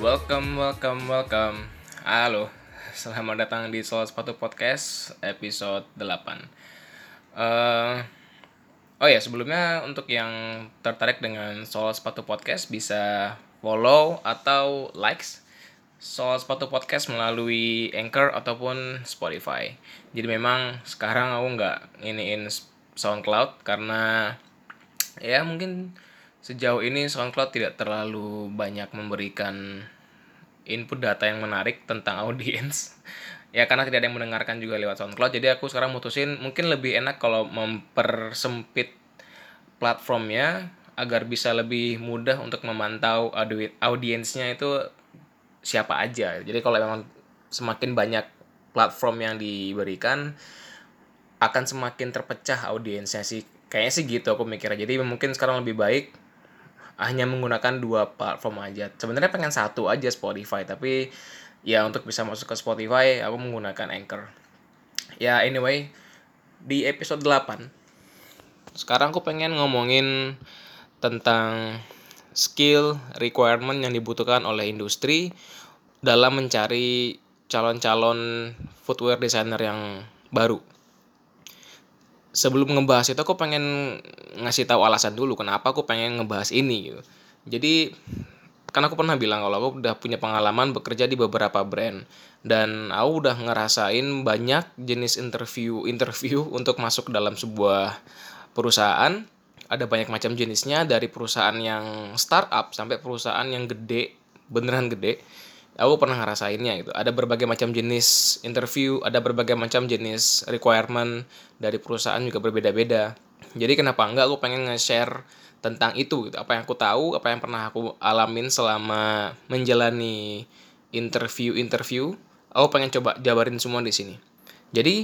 Welcome. Halo, selamat datang di Soal Sepatu Podcast episode 8. Sebelumnya untuk yang tertarik dengan Soal Sepatu Podcast bisa follow atau likes Soal Sepatu Podcast melalui Anchor ataupun Spotify. Jadi memang sekarang aku nggak iniin SoundCloud karena ya mungkin sejauh ini SoundCloud tidak terlalu banyak memberikan input data yang menarik tentang audiens. Ya karena tidak ada yang mendengarkan juga lewat SoundCloud. Jadi aku sekarang mutusin mungkin lebih enak kalau mempersempit platformnya agar bisa lebih mudah untuk memantau audiensnya itu siapa aja. Jadi kalau memang semakin banyak platform yang diberikan akan semakin terpecah audiensnya sih. Kayaknya sih gitu aku mikirnya. Jadi mungkin sekarang lebih baik hanya menggunakan 2 platform aja. Sebenarnya pengen satu aja Spotify, tapi ya untuk bisa masuk ke Spotify aku menggunakan Anchor. Ya anyway, di episode 8 sekarang aku pengen ngomongin tentang skill requirement yang dibutuhkan oleh industri dalam mencari calon-calon footwear designer yang baru. Sebelum ngebahas itu aku pengen ngasih tahu alasan dulu kenapa aku pengen ngebahas ini gitu. Jadi kan aku pernah bilang kalau aku udah punya pengalaman bekerja di beberapa brand dan aku udah ngerasain banyak jenis interview untuk masuk dalam sebuah perusahaan. Ada banyak macam jenisnya, dari perusahaan yang startup sampai perusahaan yang gede, beneran gede. Aku pernah ngerasainnya gitu. Ada berbagai macam jenis interview, ada berbagai macam jenis requirement dari perusahaan juga berbeda-beda. Jadi kenapa enggak aku pengen nge-share tentang itu gitu. Apa yang aku tahu, apa yang pernah aku alamin selama menjalani interview, aku pengen coba jabarin semua di sini. Jadi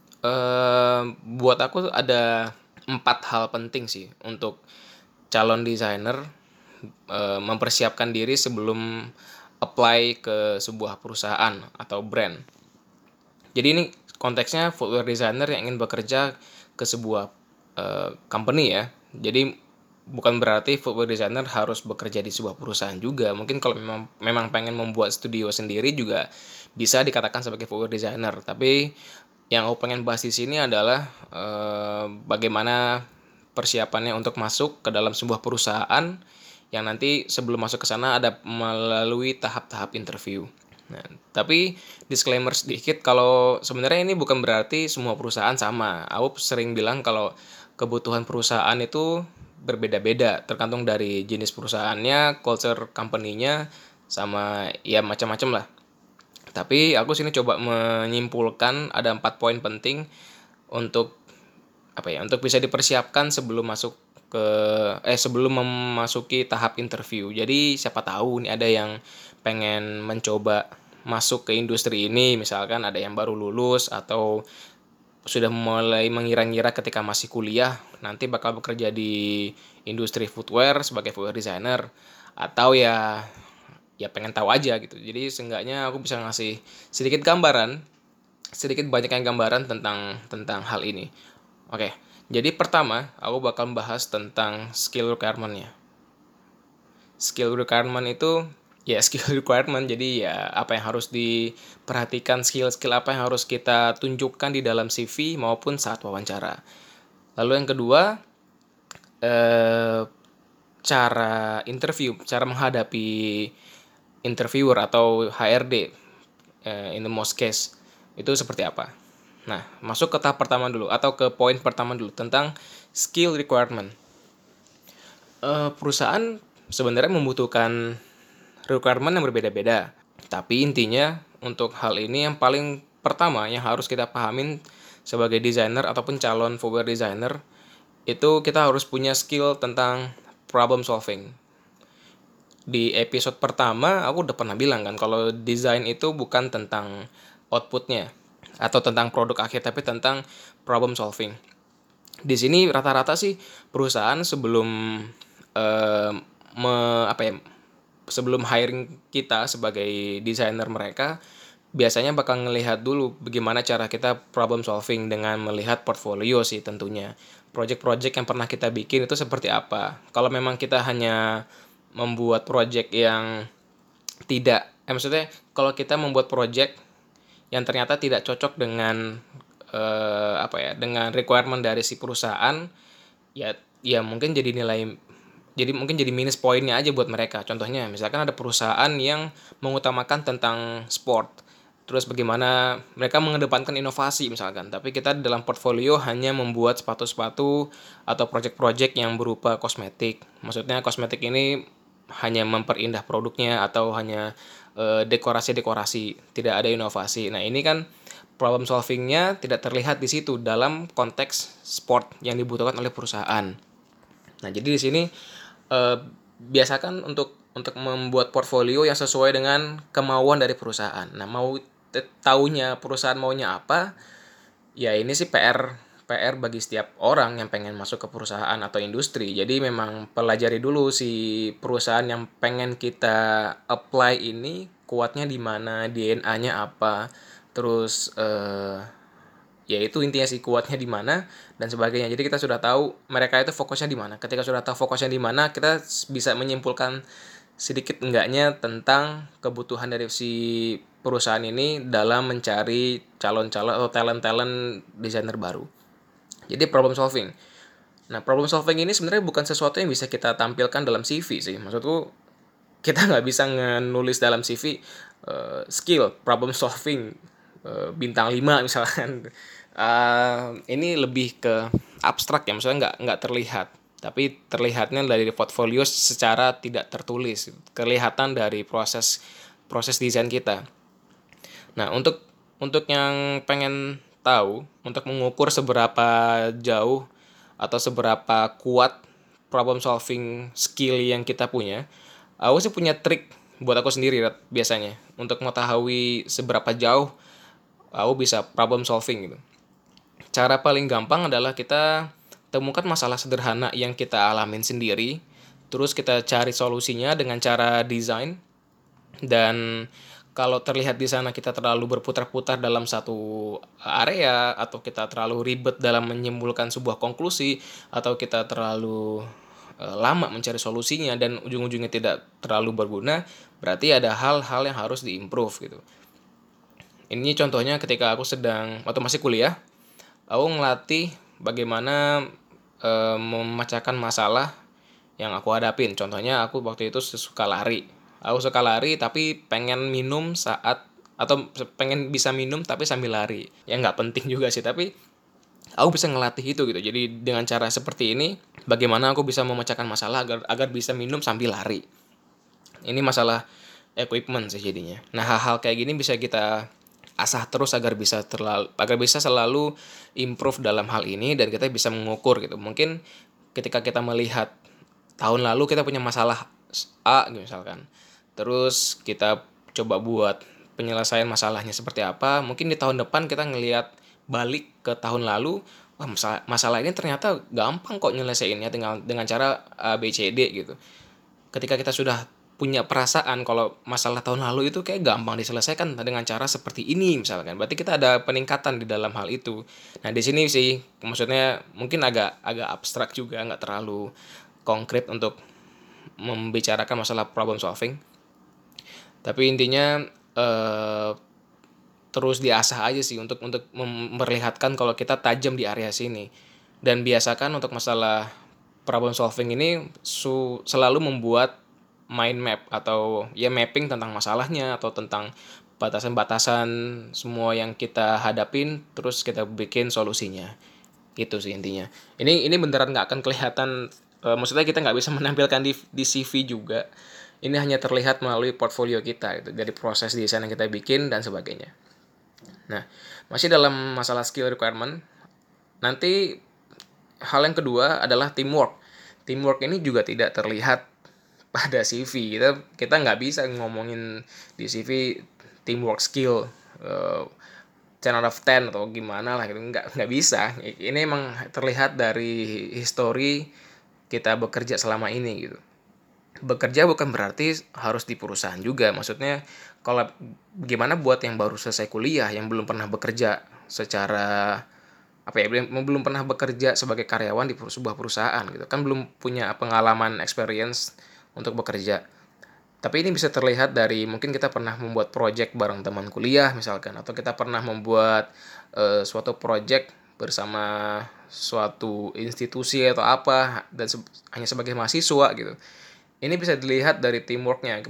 buat aku ada 4 hal penting sih untuk calon desainer mempersiapkan diri sebelum apply ke sebuah perusahaan atau brand. Jadi ini konteksnya footwear designer yang ingin bekerja ke sebuah company ya. Jadi bukan berarti footwear designer harus bekerja di sebuah perusahaan juga. Mungkin kalau memang pengen membuat studio sendiri juga bisa dikatakan sebagai footwear designer. Tapi yang aku pengen bahas di sini adalah bagaimana persiapannya untuk masuk ke dalam sebuah perusahaan yang nanti sebelum masuk ke sana ada melalui tahap-tahap interview. Nah, tapi disclaimer sedikit kalau sebenarnya ini bukan berarti semua perusahaan sama. Aku sering bilang kalau kebutuhan perusahaan itu berbeda-beda tergantung dari jenis perusahaannya, culture company-nya, sama ya macam-macam lah. Tapi aku sini coba menyimpulkan ada 4 poin penting untuk untuk bisa dipersiapkan sebelum sebelum memasuki tahap interview. Jadi siapa tahu nih ada yang pengen mencoba masuk ke industri ini, misalkan ada yang baru lulus atau sudah mulai mengira-ngira ketika masih kuliah nanti bakal bekerja di industri footwear sebagai footwear designer, atau ya pengen tahu aja gitu. Jadi seenggaknya aku bisa ngasih sedikit banyaknya gambaran tentang hal ini. Oke. Jadi pertama, aku bakal bahas tentang skill requirement-nya. Skill requirement itu ya skill requirement, jadi ya apa yang harus diperhatikan, skill apa yang harus kita tunjukkan di dalam CV maupun saat wawancara. Lalu yang kedua, cara menghadapi interviewer atau HRD in the most case itu seperti apa. Nah, masuk ke tahap pertama dulu atau ke poin pertama dulu tentang skill requirement. Perusahaan sebenarnya membutuhkan requirement yang berbeda-beda. Tapi intinya untuk hal ini yang paling pertama yang harus kita pahamin sebagai desainer ataupun calon footwear designer itu kita harus punya skill tentang problem solving. Di episode pertama aku udah pernah bilang kan kalau desain itu bukan tentang outputnya atau tentang produk akhir, tapi tentang problem solving. Di sini rata-rata sih perusahaan sebelum sebelum hiring kita sebagai desainer mereka biasanya bakal ngelihat dulu bagaimana cara kita problem solving dengan melihat portfolio sih tentunya. Project-project yang pernah kita bikin itu seperti apa. Kalau memang kita hanya membuat project yang maksudnya kalau kita membuat project yang ternyata tidak cocok dengan dengan requirement dari si perusahaan, ya ya mungkin jadi minus poinnya aja buat mereka. Contohnya misalkan ada perusahaan yang mengutamakan tentang sport, terus bagaimana mereka mengedepankan inovasi misalkan, tapi kita dalam portfolio hanya membuat sepatu-sepatu atau project-project yang berupa kosmetik. Maksudnya kosmetik ini hanya memperindah produknya atau hanya dekorasi-dekorasi, tidak ada inovasi. Nah ini kan problem solvingnya tidak terlihat di situ dalam konteks sport yang dibutuhkan oleh perusahaan. Nah, jadi di sini biasakan untuk membuat portfolio yang sesuai dengan kemauan dari perusahaan. Nah, taunya perusahaan maunya apa? Ya ini sih PR bagi setiap orang yang pengen masuk ke perusahaan atau industri. Jadi memang pelajari dulu si perusahaan yang pengen kita apply ini kuatnya di mana, DNA-nya apa, terus ya itu intinya sih kuatnya di mana dan sebagainya. Jadi kita sudah tahu mereka itu fokusnya di mana. Ketika sudah tahu fokusnya di mana, kita bisa menyimpulkan sedikit enggaknya tentang kebutuhan dari si perusahaan ini dalam mencari calon-calon atau talent-talent desainer baru. Jadi problem solving. Nah, problem solving ini sebenarnya bukan sesuatu yang bisa kita tampilkan dalam CV sih. Maksudku kita nggak bisa nulis dalam CV skill problem solving bintang 5 misalkan. Ini lebih ke abstrak ya, maksudnya nggak terlihat, tapi terlihatnya dari portfolio secara tidak tertulis, kelihatan dari proses proses desain kita. Nah, untuk yang pengen tahu, untuk mengukur seberapa jauh atau seberapa kuat problem solving skill yang kita punya, aku sih punya trik buat aku sendiri biasanya untuk mengetahui seberapa jauh aku bisa problem solving gitu. Cara paling gampang adalah kita temukan masalah sederhana yang kita alamin sendiri, terus kita cari solusinya dengan cara desain, dan kalau terlihat di sana kita terlalu berputar-putar dalam satu area, atau kita terlalu ribet dalam menyimpulkan sebuah konklusi, atau kita terlalu lama mencari solusinya dan ujung-ujungnya tidak terlalu berguna, berarti ada hal-hal yang harus diimprove gitu. Ini contohnya ketika aku sedang atau masih kuliah, aku ngelatih bagaimana memecahkan masalah yang aku hadapin. Contohnya aku waktu itu suka lari. Aku suka lari tapi pengen minum saat atau pengen bisa minum tapi sambil lari. Ya nggak penting juga sih, tapi aku bisa ngelatih itu gitu. Jadi dengan cara seperti ini, bagaimana aku bisa memecahkan masalah agar bisa minum sambil lari. Ini masalah equipment sih jadinya. Nah, hal-hal kayak gini bisa kita asah terus agar bisa selalu improve dalam hal ini, dan kita bisa mengukur gitu. Mungkin ketika kita melihat tahun lalu kita punya masalah A gitu misalkan, terus kita coba buat penyelesaian masalahnya seperti apa, mungkin di tahun depan kita ngelihat balik ke tahun lalu, wah masalah ini ternyata gampang kok nyelesainnya dengan cara A B C D gitu. Ketika kita sudah punya perasaan kalau masalah tahun lalu itu kayak gampang diselesaikan dengan cara seperti ini misalkan, berarti kita ada peningkatan di dalam hal itu. Nah di sini sih maksudnya mungkin agak abstrak juga, nggak terlalu konkret untuk membicarakan masalah problem solving, tapi intinya eh, terus diasah aja sih untuk memperlihatkan kalau kita tajam di area sini. Dan biasakan untuk masalah problem solving ini selalu membuat mind map atau ya mapping tentang masalahnya atau tentang batasan-batasan semua yang kita hadapin, terus kita bikin solusinya. Itu sih intinya. Ini beneran nggak akan kelihatan, maksudnya kita nggak bisa menampilkan di CV juga. Ini hanya terlihat melalui portfolio kita gitu, dari proses desain yang kita bikin dan sebagainya. Nah, masih dalam masalah skill requirement, nanti hal yang kedua adalah teamwork. Teamwork ini juga tidak terlihat pada CV. Kita nggak bisa ngomongin di CV teamwork skill 10 out of 10 atau gimana lah gitu. Nggak bisa. Ini emang terlihat dari history kita bekerja selama ini gitu. Bekerja bukan berarti harus di perusahaan juga. Maksudnya kalau gimana buat yang baru selesai kuliah, yang belum pernah bekerja secara belum pernah bekerja sebagai karyawan di sebuah perusahaan gitu kan, belum punya pengalaman experience untuk bekerja. Tapi ini bisa terlihat dari mungkin kita pernah membuat project bareng teman kuliah misalkan, atau kita pernah membuat suatu project bersama suatu institusi atau apa, dan hanya sebagai mahasiswa gitu. Ini bisa dilihat dari teamworknya.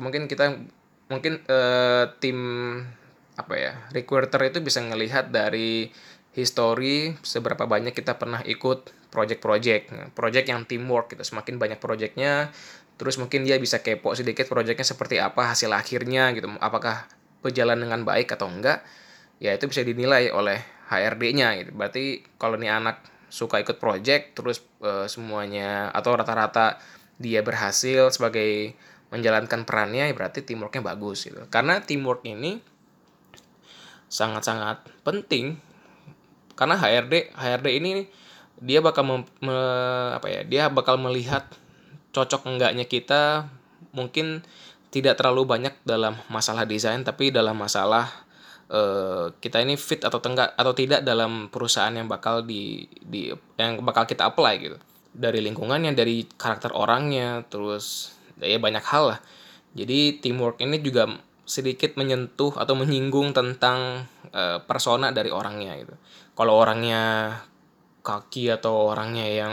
Tim apa ya, recruiter itu bisa ngelihat dari history seberapa banyak kita pernah ikut project yang teamwork gitu. Semakin banyak projectnya, terus mungkin dia bisa kepo sedikit projectnya seperti apa hasil akhirnya gitu, apakah berjalan dengan baik atau enggak. Ya itu bisa dinilai oleh HRD-nya gitu. Berarti kalau nih anak suka ikut project terus semuanya atau rata-rata dia berhasil sebagai menjalankan perannya, ya berarti teamworknya bagus gitu. Karena teamwork ini sangat-sangat penting, karena HRD ini dia bakal dia bakal melihat cocok enggaknya kita, mungkin tidak terlalu banyak dalam masalah desain, tapi dalam masalah kita ini fit atau tidak dalam perusahaan yang bakal yang bakal kita apply gitu. Dari lingkungannya, dari karakter orangnya, terus ya banyak hal lah. Jadi teamwork ini juga sedikit menyentuh atau menyinggung tentang persona dari orangnya gitu. Kalau orangnya kaki atau orangnya yang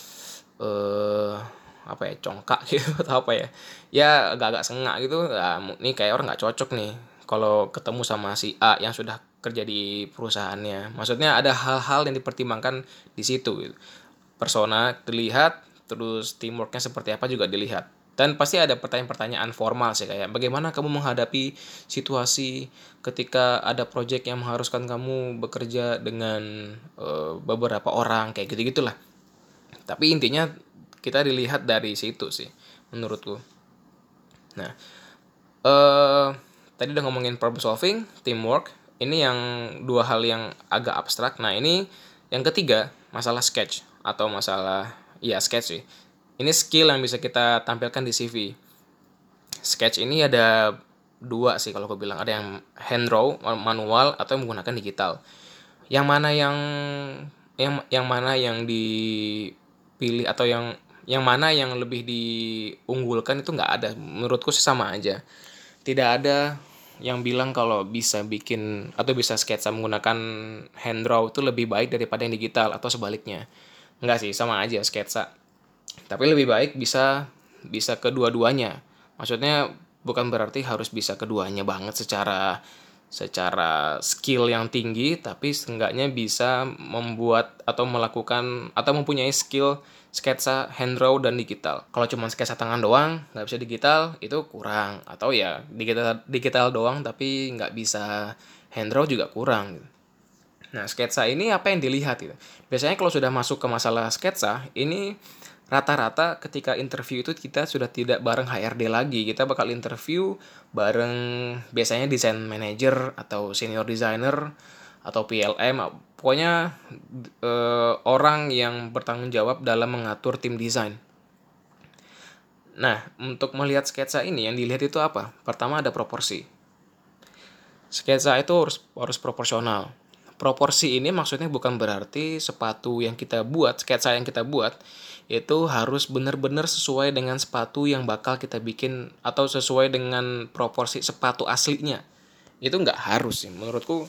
apa ya, congkak gitu atau apa ya, ya agak-agak sengak gitu, nah, ini kayak orang nggak cocok nih kalau ketemu sama si A yang sudah kerja di perusahaannya. Maksudnya ada hal-hal yang dipertimbangkan di situ gitu. Persona dilihat, terus teamworknya seperti apa juga dilihat. Dan pasti ada pertanyaan-pertanyaan formal sih, kayak bagaimana kamu menghadapi situasi ketika ada project yang mengharuskan kamu bekerja dengan beberapa orang, kayak gitu-gitulah. Tapi intinya kita dilihat dari situ sih menurutku. Nah, tadi udah ngomongin problem solving, teamwork. Ini yang dua hal yang agak abstrak. Nah, ini yang ketiga, masalah sketch atau masalah ya sketch sih. Ini skill yang bisa kita tampilkan di CV. Sketch ini ada dua sih kalau aku bilang. Ada yang hand draw, manual, atau yang menggunakan digital. Yang mana yang mana yang dipilih atau yang mana yang lebih diunggulkan itu nggak ada. Menurutku sih sama aja. Tidak ada yang bilang kalau bisa bikin atau bisa sketsa menggunakan hand draw itu lebih baik daripada yang digital atau sebaliknya. Enggak sih, sama aja sketsa. Tapi lebih baik bisa bisa kedua-duanya. Maksudnya bukan berarti harus bisa keduanya banget secara skill yang tinggi, tapi seenggaknya bisa membuat atau melakukan atau mempunyai skill sketsa hand draw dan digital. Kalau cuma sketsa tangan doang nggak bisa digital, itu kurang. Atau ya digital doang tapi nggak bisa hand draw juga kurang. Nah, sketsa ini apa yang dilihat gitu. Biasanya kalau sudah masuk ke masalah sketsa, ini rata-rata ketika interview itu kita sudah tidak bareng HRD lagi. Kita bakal interview bareng biasanya design manager atau senior designer atau PLM. Pokoknya orang yang bertanggung jawab dalam mengatur tim desain. Nah, untuk melihat sketsa ini yang dilihat itu apa? Pertama ada proporsi. Sketsa itu harus proporsional. Proporsi ini maksudnya bukan berarti sepatu yang kita buat, sketsa yang kita buat, itu harus benar-benar sesuai dengan sepatu yang bakal kita bikin atau sesuai dengan proporsi sepatu aslinya. Itu nggak harus sih. Menurutku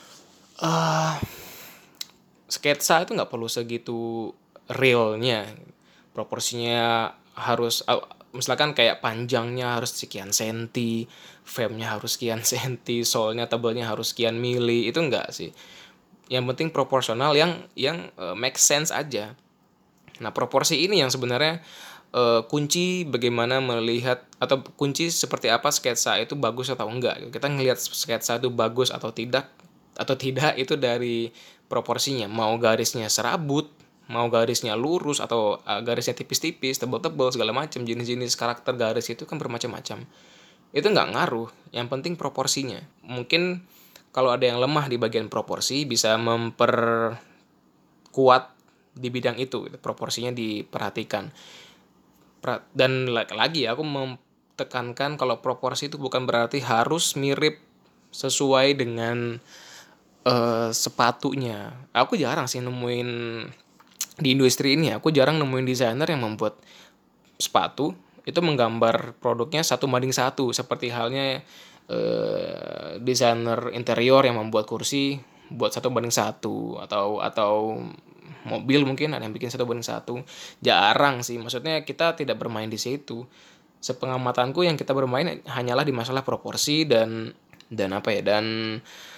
sketsa itu nggak perlu segitu realnya. Proporsinya harus misalkan kayak panjangnya harus sekian senti, famnya harus sekian senti, solnya tebelnya harus sekian mili, itu enggak sih. Yang penting proporsional yang make sense aja. Nah, proporsi ini yang sebenarnya kunci bagaimana melihat atau kunci seperti apa sketsa itu bagus atau enggak. Kita ngelihat sketsa itu bagus atau tidak itu dari proporsinya. Mau garisnya serabut, mau garisnya lurus atau garisnya tipis-tipis, tebal-tebal, segala macam, jenis-jenis karakter garis itu kan bermacam-macam. Itu nggak ngaruh, yang penting proporsinya. Mungkin kalau ada yang lemah di bagian proporsi bisa memperkuat di bidang itu, proporsinya diperhatikan. Dan lagi aku tekankan kalau proporsi itu bukan berarti harus mirip sesuai dengan sepatunya. Aku jarang sih nemuin di industri ini, aku jarang nemuin desainer yang membuat sepatu itu menggambar produknya 1:1, seperti halnya desainer interior yang membuat kursi buat 1:1, atau mobil mungkin ada yang bikin 1:1. Jarang sih, maksudnya kita tidak bermain di situ. Sepengamatanku yang kita bermain hanyalah di masalah proporsi dan apa ya, dan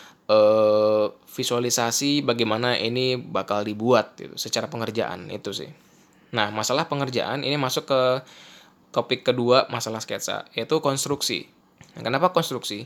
visualisasi bagaimana ini bakal dibuat gitu secara pengerjaan itu sih. Nah, masalah pengerjaan ini masuk ke topik kedua masalah sketsa, yaitu konstruksi. Nah, kenapa konstruksi?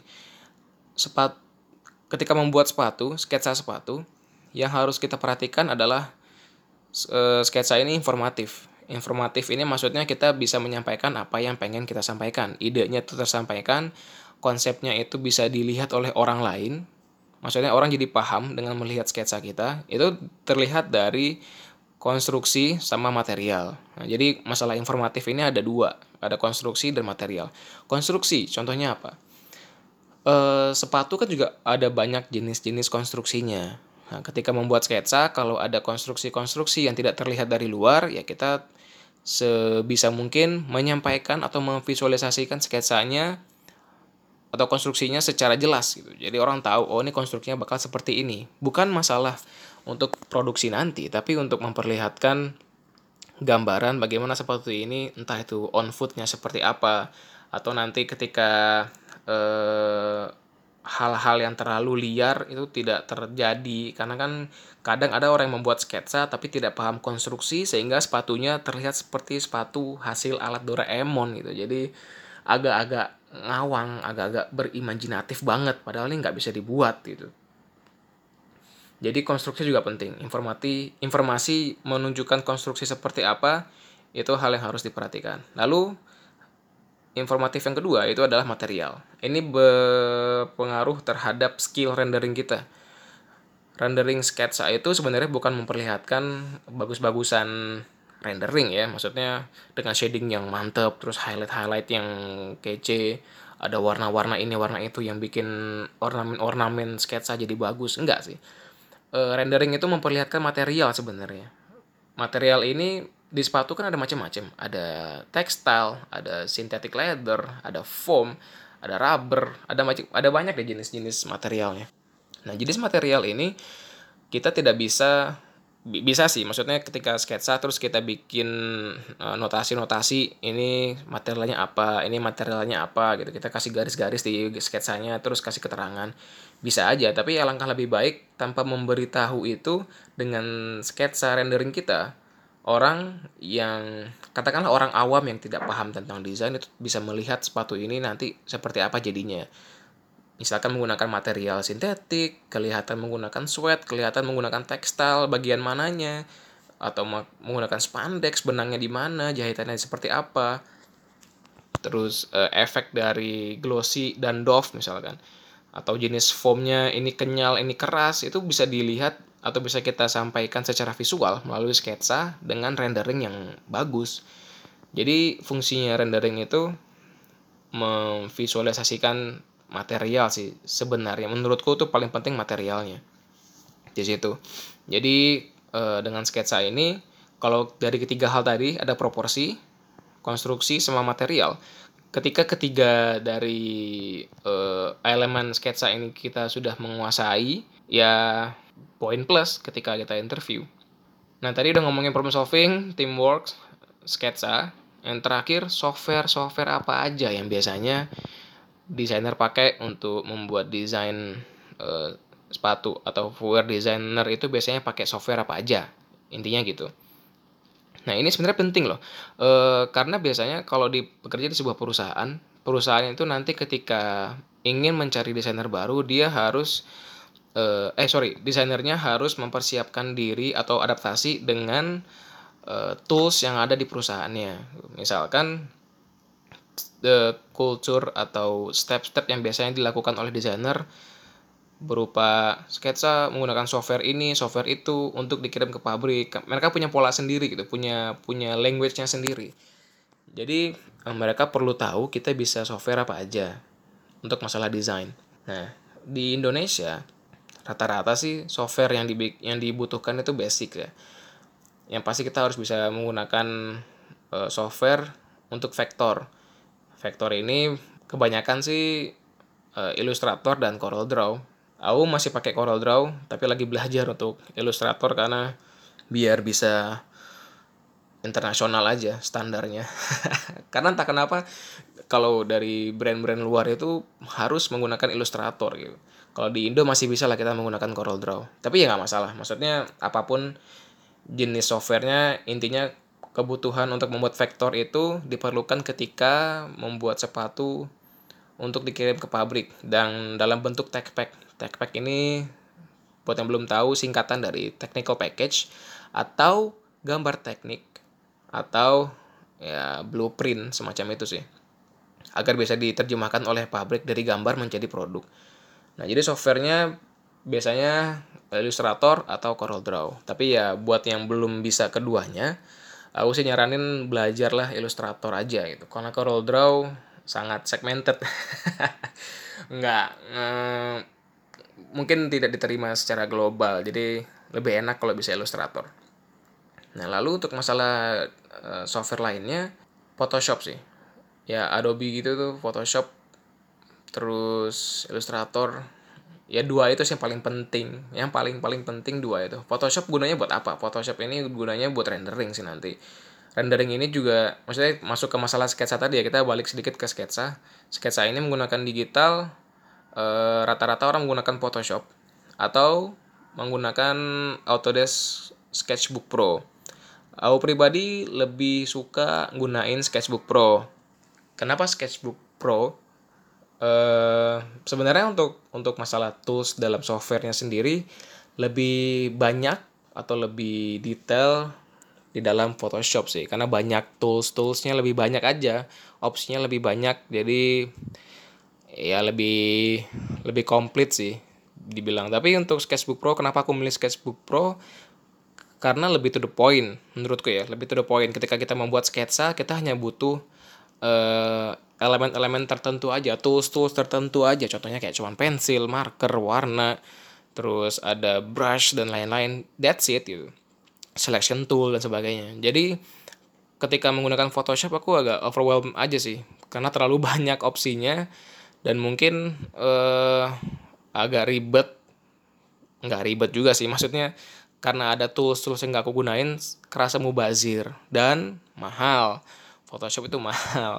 Ketika membuat sepatu, sketsa sepatu, yang harus kita perhatikan adalah sketsa ini informatif. Informatif ini maksudnya kita bisa menyampaikan apa yang pengen kita sampaikan. Idenya itu tersampaikan, konsepnya itu bisa dilihat oleh orang lain. Maksudnya orang jadi paham dengan melihat sketsa kita. Itu terlihat dari konstruksi sama material. Nah, jadi masalah informatif ini ada dua, ada konstruksi dan material. Konstruksi, contohnya apa? Sepatu kan juga ada banyak jenis-jenis konstruksinya. Nah, ketika membuat sketsa, kalau ada konstruksi-konstruksi yang tidak terlihat dari luar, ya kita sebisa mungkin menyampaikan atau memvisualisasikan sketsanya atau konstruksinya secara jelas gitu. Jadi orang tahu, oh ini konstruksinya bakal seperti ini. Bukan masalah untuk produksi nanti, tapi untuk memperlihatkan gambaran bagaimana sepatu ini, entah itu on footnya seperti apa, atau nanti ketika hal-hal yang terlalu liar itu tidak terjadi, karena kan kadang ada orang yang membuat sketsa tapi tidak paham konstruksi sehingga sepatunya terlihat seperti sepatu hasil alat Doraemon gitu. Jadi agak-agak ngawang, agak-agak berimajinatif banget, padahal ini nggak bisa dibuat gitu. Jadi konstruksi juga penting. Informasi menunjukkan konstruksi seperti apa, itu hal yang harus diperhatikan. Lalu informatif yang kedua itu adalah material. Ini berpengaruh terhadap skill rendering kita. Rendering sketsa itu sebenarnya bukan memperlihatkan bagus-bagusan rendering ya, maksudnya dengan shading yang mantap, terus highlight yang kece, ada warna-warna ini warna itu yang bikin ornamen sketsa jadi bagus. Enggak sih. Rendering itu memperlihatkan material sebenarnya. Material ini di sepatu kan ada macam-macam. Ada tekstil, ada synthetic leather, ada foam, ada rubber, ada banyak deh jenis-jenis materialnya. Nah, jenis material ini kita tidak bisa sih, maksudnya ketika sketsa terus kita bikin notasi-notasi, ini materialnya apa, ini materialnya apa gitu. Kita kasih garis-garis di sketsanya terus kasih keterangan. Bisa aja, tapi alangkah lebih baik tanpa memberitahu itu dengan sketsa rendering kita. Orang yang katakanlah orang awam yang tidak paham tentang desain itu bisa melihat sepatu ini nanti seperti apa jadinya. Misalkan menggunakan material sintetik, kelihatan menggunakan sweat, kelihatan menggunakan tekstil bagian mananya, atau menggunakan spandex, benangnya di mana, jahitannya seperti apa. Terus efek dari glossy dan doff misalkan. Atau jenis foamnya ini kenyal, ini keras, itu bisa dilihat atau bisa kita sampaikan secara visual melalui sketsa dengan rendering yang bagus. Jadi fungsinya rendering itu memvisualisasikan material sih sebenarnya, menurutku tuh paling penting materialnya di situ. Jadi dengan sketsa ini, kalau dari ketiga hal tadi ada proporsi, konstruksi sama material. Ketika ketiga dari elemen sketsa ini kita sudah menguasai, ya poin plus ketika kita interview. Nah, tadi udah ngomongin problem solving, teamwork, sketsa. Yang terakhir, software apa aja yang biasanya desainer pakai untuk membuat desain sepatu, atau footwear designer itu biasanya pakai software apa aja, intinya gitu. Nah, ini sebenarnya penting loh, karena biasanya kalau bekerja di sebuah perusahaan itu nanti ketika ingin mencari desainer baru, dia harus desainernya harus mempersiapkan diri atau adaptasi dengan tools yang ada di perusahaannya. Misalkan the culture atau step-step yang biasanya dilakukan oleh desainer berupa sketsa menggunakan software ini, software itu untuk dikirim ke pabrik. Mereka punya pola sendiri gitu, punya language-nya sendiri. Jadi mereka perlu tahu kita bisa software apa aja untuk masalah desain. Nah, di Indonesia rata-rata sih software yang dibutuhkan itu basic ya. Yang pasti kita harus bisa menggunakan software untuk vektor. Vektor ini kebanyakan sih Illustrator dan CorelDRAW. Aku masih pakai CorelDRAW, tapi lagi belajar untuk Illustrator karena biar bisa internasional aja standarnya. Karena entah kenapa kalau dari brand-brand luar itu harus menggunakan Illustrator gitu. Kalau di Indo masih bisa lah kita menggunakan CorelDRAW. Tapi ya nggak masalah. Maksudnya apapun jenis softwarenya, intinya kebutuhan untuk membuat vektor itu diperlukan ketika membuat sepatu untuk dikirim ke pabrik dan dalam bentuk tech pack. Tech pack ini buat yang belum tahu singkatan dari technical package atau gambar teknik atau ya blueprint semacam itu sih. Agar bisa diterjemahkan oleh pabrik dari gambar menjadi produk. Nah, jadi softwarenya biasanya Illustrator atau CorelDRAW. Tapi ya buat yang belum bisa keduanya, aku sih nyaranin belajarlah Illustrator aja gitu. Karena CorelDRAW sangat segmented. Nggak, mungkin tidak diterima secara global. Jadi lebih enak kalau bisa Illustrator. Nah, lalu untuk masalah software lainnya, Photoshop sih. Ya Adobe gitu tuh, Photoshop, terus Illustrator. Ya dua itu sih yang paling penting. Yang paling penting dua itu. Photoshop gunanya buat apa? Photoshop ini gunanya buat rendering sih nanti. Rendering ini juga, maksudnya masuk ke masalah sketsa tadi ya, kita balik sedikit ke sketsa. Sketsa ini menggunakan digital, rata-rata orang menggunakan Photoshop atau menggunakan Autodesk Sketchbook Pro. Aku pribadi lebih suka gunain Sketchbook Pro. Kenapa Sketchbook Pro? Sebenarnya untuk masalah tools dalam softwarenya sendiri lebih banyak atau lebih detail di dalam Photoshop sih, karena banyak toolsnya lebih banyak aja, opsinya lebih banyak, jadi ya lebih lebih komplit sih dibilang. Tapi untuk Sketchbook Pro, kenapa aku milih Sketchbook Pro? Karena lebih to the point menurutku ya, lebih to the point. Ketika kita membuat sketsa, kita hanya butuh elemen-elemen tertentu aja, tools tertentu aja. Contohnya kayak cuman pensil, marker, warna, terus ada brush dan lain-lain. That's it gitu. Selection tool dan sebagainya. Jadi ketika menggunakan Photoshop aku agak overwhelmed aja sih, karena terlalu banyak opsinya dan mungkin agak ribet. Nggak ribet juga sih, maksudnya karena ada tools yang nggak aku gunain, kerasa mubazir dan mahal. Photoshop itu mahal.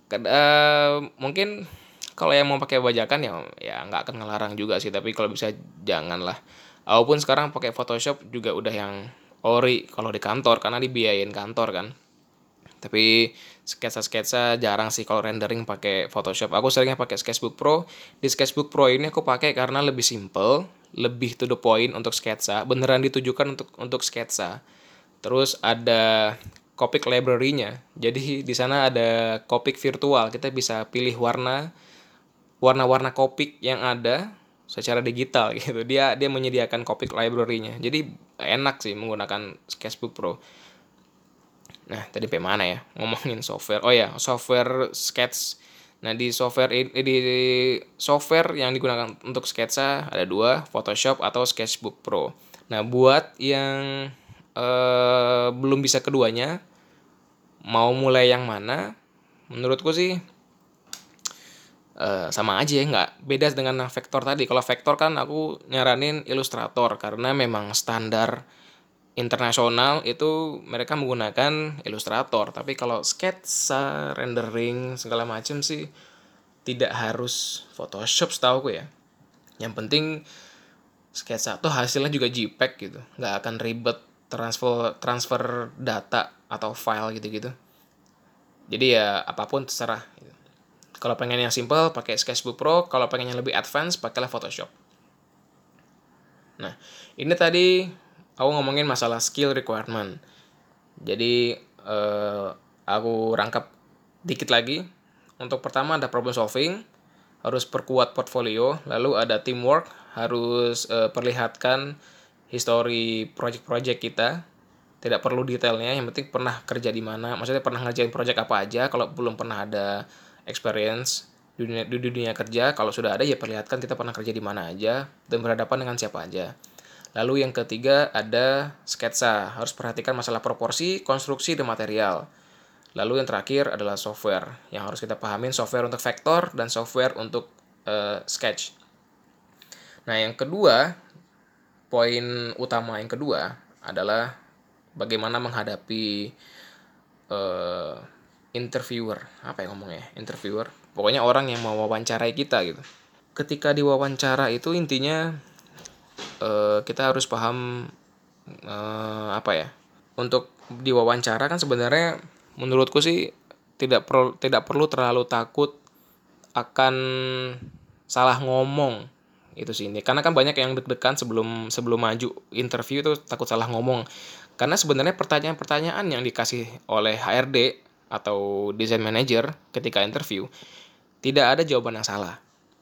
Mungkin kalau yang mau pakai bajakan ya nggak akan ngelarang juga sih, tapi kalau bisa janganlah. Aku pun sekarang pakai Photoshop juga udah yang ori kalau di kantor karena dibiayain kantor kan. Tapi sketsa-sketsa jarang sih kalau rendering pakai Photoshop. Aku seringnya pakai Sketchbook Pro. Di Sketchbook Pro ini aku pakai karena lebih simple, lebih to the point untuk sketsa, beneran ditujukan untuk sketsa. Terus ada Copic library-nya. Jadi di sana ada Copic virtual. Kita bisa pilih warna-warna Copic yang ada secara digital gitu. Dia menyediakan Copic library-nya. Jadi enak sih menggunakan Sketchbook Pro. Nah, tadi sampai mana ya? Ngomongin software. Oh ya, software sketch. Nah, di software yang digunakan untuk sketsa ada dua, Photoshop atau Sketchbook Pro. Nah, buat yang belum bisa keduanya, mau mulai yang mana? Menurutku sih sama aja ya, nggak beda dengan vektor tadi. Kalau vektor kan aku nyaranin Illustrator karena memang standar internasional itu mereka menggunakan Illustrator. Tapi kalau sketsa, rendering, segala macam sih tidak harus Photoshop setahu ya. Yang penting sketsa tuh hasilnya juga JPEG gitu. Nggak akan ribet transfer data atau file gitu-gitu. Jadi ya apapun terserah gitu. Kalau pengen yang simple pakai Sketchbook Pro, kalau pengen yang lebih advance pakailah Photoshop. Nah, ini tadi aku ngomongin masalah skill requirement. Jadi aku rangkap dikit lagi. Untuk pertama ada problem solving, harus perkuat portfolio. Lalu ada teamwork, harus perlihatkan history project-project kita. Tidak perlu detailnya, yang penting pernah kerja di mana. Maksudnya pernah ngerjain project apa aja. Kalau belum pernah ada experience di dunia kerja, kalau sudah ada ya perlihatkan kita pernah kerja di mana aja dan berhadapan dengan siapa aja. Lalu yang ketiga ada sketsa, harus perhatikan masalah proporsi, konstruksi, dan material. Lalu yang terakhir adalah software. Yang harus kita pahamin software untuk vektor dan software untuk sketch. Nah, yang kedua, poin utama yang kedua adalah bagaimana menghadapi uh, interviewer. Apa ya ngomongnya? Interviewer. Pokoknya orang yang mau wawancarai kita gitu. Ketika diwawancara itu intinya kita harus paham apa ya? Untuk diwawancara kan sebenarnya menurutku sih tidak perlu terlalu takut akan salah ngomong itu sih ini, karena kan banyak yang deg-degan sebelum maju interview itu takut salah ngomong, karena sebenarnya pertanyaan-pertanyaan yang dikasih oleh HRD atau design manager ketika interview tidak ada jawaban yang salah.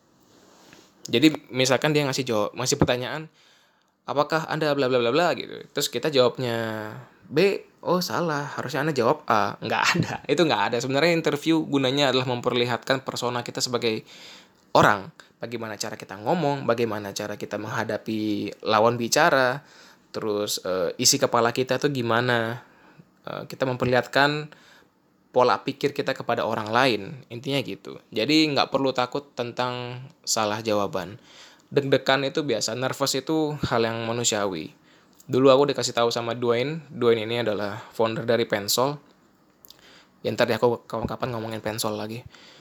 Jadi misalkan dia ngasih pertanyaan, apakah Anda bla bla bla bla gitu. Terus kita jawabnya B, oh salah, harusnya Anda jawab A. Nggak ada, itu nggak ada. Sebenarnya interview gunanya adalah memperlihatkan persona kita sebagai orang. Bagaimana cara kita ngomong, bagaimana cara kita menghadapi lawan bicara, terus isi kepala kita tuh gimana. Kita memperlihatkan pola pikir kita kepada orang lain, intinya gitu. Jadi nggak perlu takut tentang salah jawaban. Deg-degan itu biasa, nervous itu hal yang manusiawi. Dulu aku dikasih tahu sama Dwayne ini adalah founder dari Pensol. Ya ntar deh aku kapan-kapan ngomongin Pensol lagi.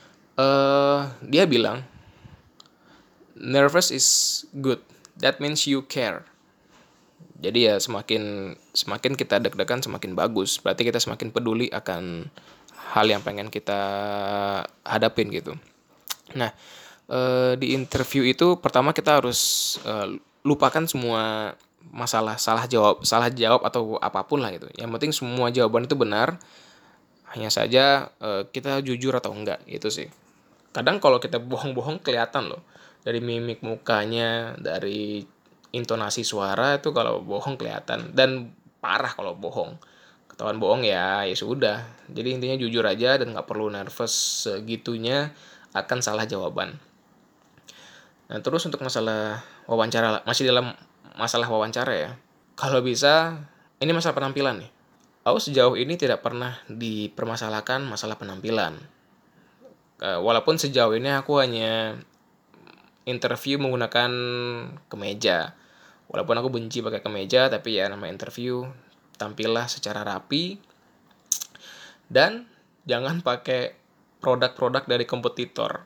Dia bilang, nervous is good, that means you care. Jadi ya semakin kita deg-degan semakin bagus, berarti kita semakin peduli akan hal yang pengen kita hadapin gitu. Nah, di interview itu pertama kita harus lupakan semua masalah salah jawab atau apapun lah gitu. Yang penting semua jawaban itu benar. Hanya saja kita jujur atau enggak, itu sih. Kadang kalau kita bohong-bohong kelihatan loh. Dari mimik mukanya, dari intonasi suara itu kalau bohong kelihatan, dan parah kalau bohong. Ketahuan bohong ya sudah. Jadi intinya jujur aja dan nggak perlu nervous segitunya akan salah jawaban. Nah, terus untuk masalah wawancara, masih dalam masalah wawancara ya. Kalau bisa, ini masalah penampilan nih. Aku sejauh ini tidak pernah dipermasalahkan masalah penampilan. Walaupun sejauh ini aku hanya interview menggunakan kemeja. Walaupun aku benci pakai kemeja, tapi ya nama interview, tampillah secara rapi. Dan jangan pakai produk-produk dari kompetitor.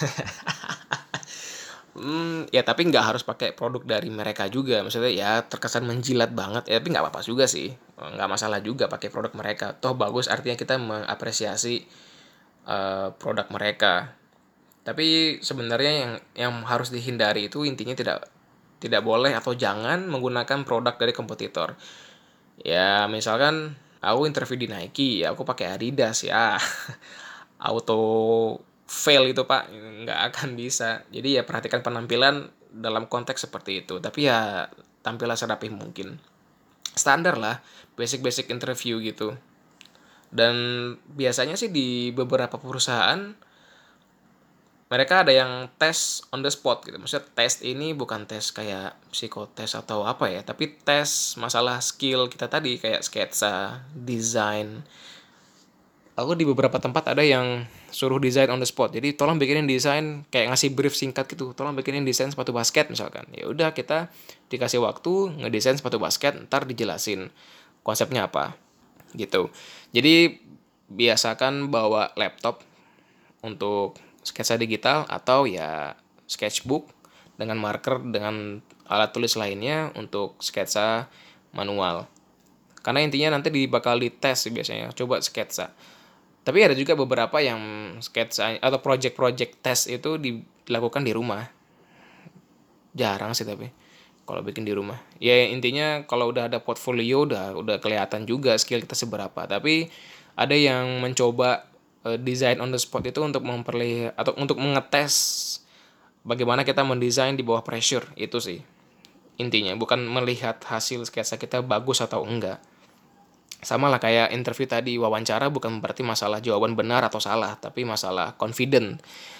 Ya tapi nggak harus pakai produk dari mereka juga. Maksudnya ya terkesan menjilat banget, ya tapi nggak apa-apa juga sih. Nggak masalah juga pakai produk mereka. Toh bagus, artinya kita mengapresiasi produk mereka. Tapi sebenarnya yang harus dihindari itu intinya tidak boleh atau jangan menggunakan produk dari kompetitor. Ya misalkan aku interview di Nike, ya aku pakai Adidas ya. Auto fail itu Pak, nggak akan bisa. Jadi ya perhatikan penampilan dalam konteks seperti itu. Tapi ya tampillah serapih mungkin. Standar lah, basic-basic interview gitu. Dan biasanya sih di beberapa perusahaan mereka ada yang tes on the spot gitu. Maksudnya tes ini bukan tes kayak psikotes atau apa ya, tapi tes masalah skill kita tadi kayak sketsa, desain. Aku di beberapa tempat ada yang suruh desain on the spot. Jadi tolong bikinin desain, kayak ngasih brief singkat gitu. Tolong bikinin desain sepatu basket misalkan. Ya udah kita dikasih waktu ngedesain sepatu basket, ntar dijelasin konsepnya apa gitu. Jadi biasakan bawa laptop untuk sketsa digital atau ya sketchbook dengan marker dengan alat tulis lainnya untuk sketsa manual. Karena intinya nanti bakal dites biasanya, coba sketsa. Tapi ada juga beberapa yang sketsa atau project-project test itu dilakukan di rumah. Jarang sih tapi kalau bikin di rumah. Ya intinya kalau udah ada portfolio udah kelihatan juga skill kita seberapa. Tapi ada yang mencoba desain on the spot itu untuk memperlihat atau untuk mengetes bagaimana kita mendesain di bawah pressure, itu sih. Intinya bukan melihat hasil sketsa kita bagus atau enggak. Sama lah kayak interview tadi, wawancara bukan berarti masalah jawaban benar atau salah, tapi masalah confident.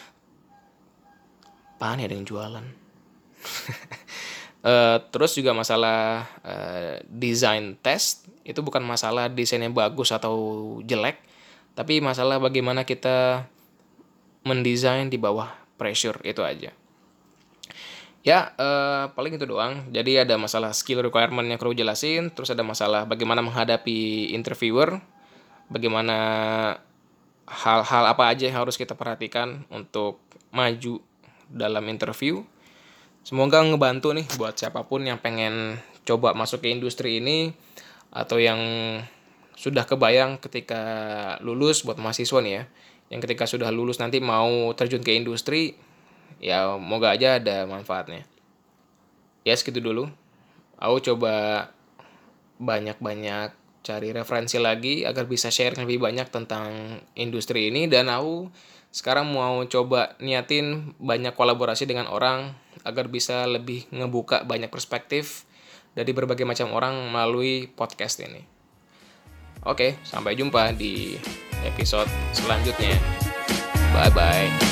Apaan ya ada yang jualan? Terus juga masalah design test, itu bukan masalah desainnya bagus atau jelek, Tapi masalah bagaimana kita mendesain di bawah pressure, itu aja. Ya, paling itu doang. Jadi ada masalah skill requirement yang perlu jelasin, terus ada masalah bagaimana menghadapi interviewer, bagaimana hal-hal apa aja yang harus kita perhatikan untuk maju dalam interview. Semoga ngebantu nih buat siapapun yang pengen coba masuk ke industri ini, atau yang sudah kebayang ketika lulus, buat mahasiswa nih ya, yang ketika sudah lulus nanti mau terjun ke industri, ya moga aja ada manfaatnya. Ya segitu dulu. Aku coba banyak-banyak cari referensi lagi agar bisa share lebih banyak tentang industri ini, dan aku sekarang mau coba niatin banyak kolaborasi dengan orang agar bisa lebih ngebuka banyak perspektif dari berbagai macam orang melalui podcast ini. Oke, sampai jumpa di episode selanjutnya. Bye-bye.